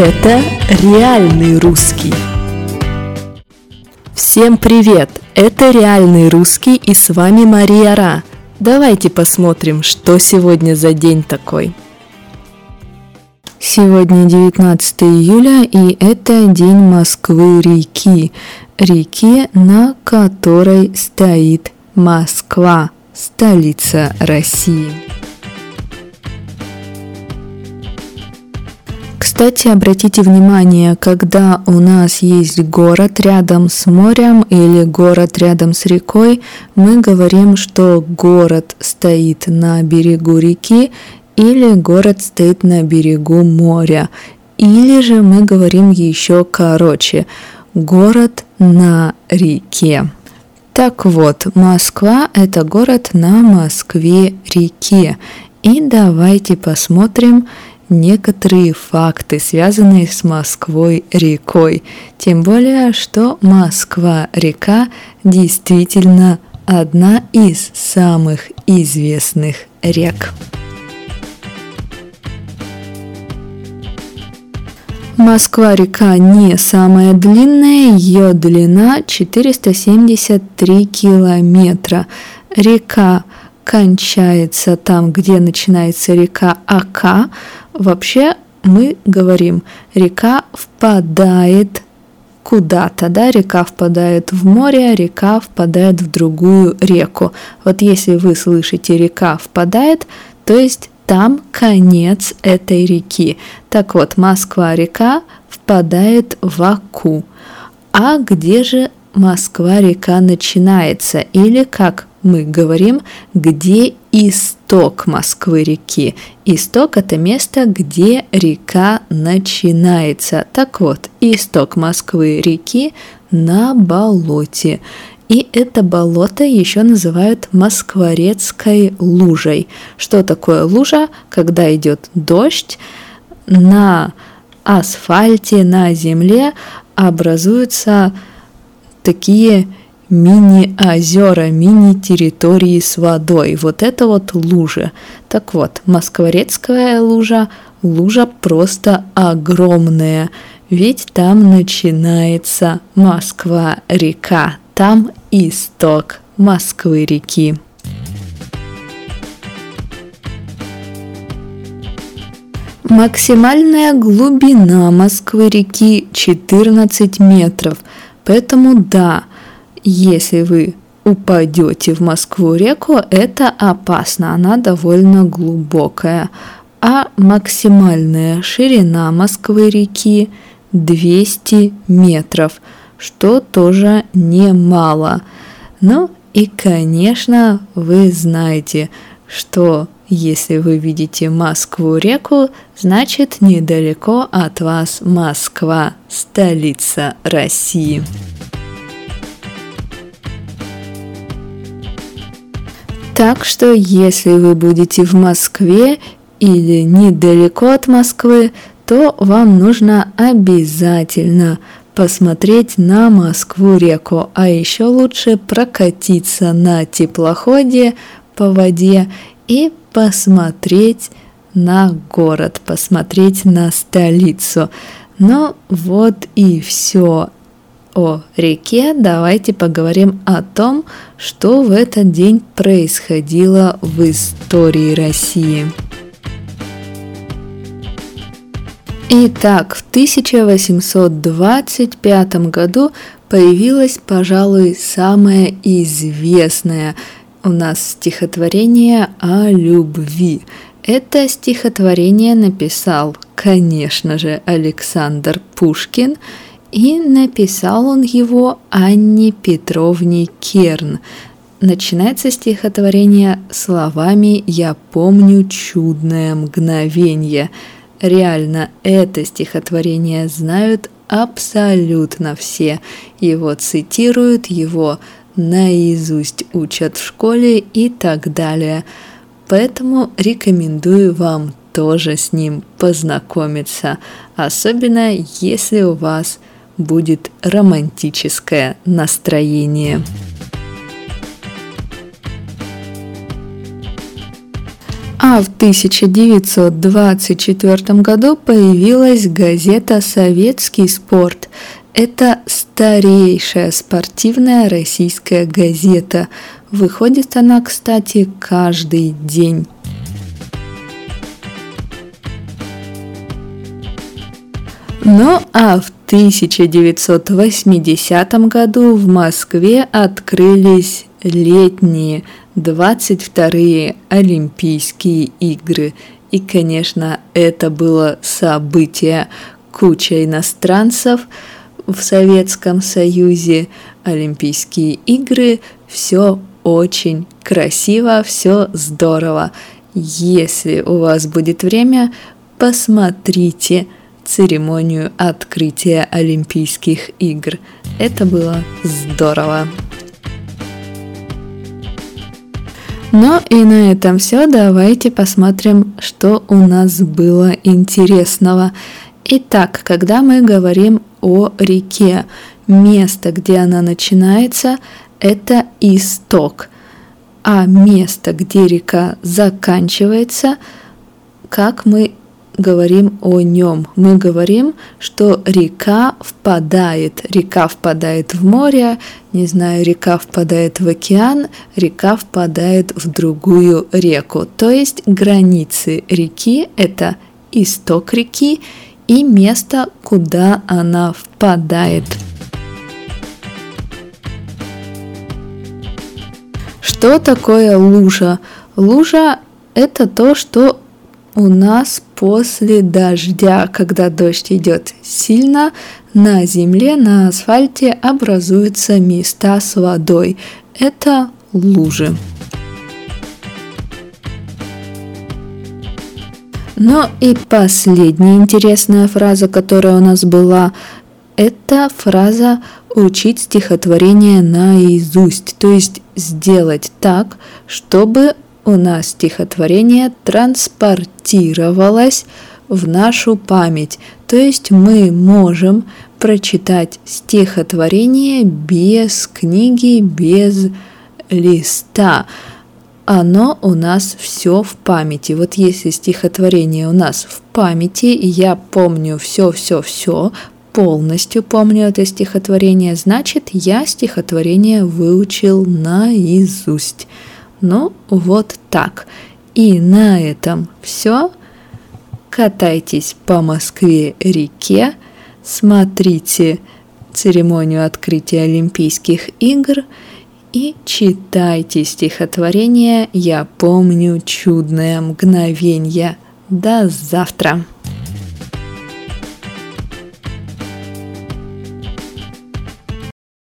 Это реальный русский. Всем привет! Это реальный русский, и с вами Мария Ра. Давайте посмотрим, что сегодня за день такой. Сегодня 19 июля, и это день Москвы-реки. Реки, на которой стоит Москва, столица России. Кстати, обратите внимание, когда у нас есть город рядом с морем или город рядом с рекой, мы говорим, что город стоит на берегу реки или город стоит на берегу моря. Или же мы говорим еще короче – город на реке. Так вот, Москва – это город на Москве-реке. И давайте посмотрим некоторые факты, связанные с Москвой-рекой. Тем более, что Москва-река действительно одна из самых известных рек. Москва-река не самая длинная, ее длина 473 километра. Река кончается там, где начинается река Ока. Вообще мы говорим, река впадает куда-то, да, река впадает в море, река впадает в другую реку. Вот если вы слышите «река впадает», то есть там конец этой реки. Так вот, Москва-река впадает в Оку. А где же Москва-река начинается? Или, как мы говорим, где исток Москвы-реки? Исток – это место, где река начинается. Так вот, исток Москвы-реки на болоте. И это болото еще называют Москворецкой лужей. Что такое лужа? Когда идет дождь, на асфальте, на земле образуются такие мини-озера, мини-территории с водой. Вот это вот лужа. Так вот, Москворецкая лужа, лужа просто огромная, ведь там начинается Москва-река. Там исток Москвы-реки. Максимальная глубина Москвы-реки 14 метров. Поэтому да, если вы упадете в Москву-реку, это опасно, она довольно глубокая. А максимальная ширина Москвы-реки 200 метров, что тоже немало. Ну и, конечно, вы знаете, что если вы видите Москву-реку, значит недалеко от вас Москва, столица России. Так что, если вы будете в Москве или недалеко от Москвы, то вам нужно обязательно посмотреть на Москву-реку, а еще лучше прокатиться на теплоходе по воде и посмотреть на город, посмотреть на столицу. Ну вот и все о реке. Давайте поговорим о том, что в этот день происходило в истории России. Итак, в 1825 году появилось, пожалуй, самое известное у нас стихотворение о любви. Это стихотворение написал, конечно же, Александр Пушкин, и написал он его Анне Петровне Керн. Начинается стихотворение словами «Я помню чудное мгновенье». Реально, это стихотворение знают абсолютно все. Его цитируют, его наизусть учат в школе и так далее. Поэтому рекомендую вам тоже с ним познакомиться, особенно если у вас будет романтическое настроение. А в 1924 году появилась газета «Советский спорт». Это старейшая спортивная российская газета. Выходит она, кстати, каждый день. Ну а в 1980 году в Москве открылись летние 22-е Олимпийские игры. И, конечно, это было событие. Куча иностранцев в Советском Союзе, Олимпийские игры, все очень красиво, все здорово. Если у вас будет время, посмотрите церемонию открытия Олимпийских игр. Это было здорово. Ну и на этом все. Давайте посмотрим, что у нас было интересного. Итак, когда мы говорим о реке, место, где она начинается, это исток, а место, где река заканчивается, как мы говорим о нем? Мы говорим, что река впадает в море, не знаю, река впадает в океан, река впадает в другую реку. То есть границы реки – это исток реки и место, куда она впадает. Что такое лужа? Лужа – это то, что у нас после дождя, когда дождь идет сильно, на земле, на асфальте образуются места с водой. Это лужи. Ну и последняя интересная фраза, которая у нас была, это фраза «учить стихотворение наизусть», то есть сделать так, чтобы у нас стихотворение транспортировалось в нашу память. То есть мы можем прочитать стихотворение без книги, без листа. Оно у нас все в памяти. Вот если стихотворение у нас в памяти, и я помню все, полностью помню это стихотворение, значит, я стихотворение выучил наизусть. Ну, вот так. И на этом все. Катайтесь по Москве-реке, смотрите церемонию открытия Олимпийских игр и читайте стихотворение «Я помню чудное мгновенье». До завтра!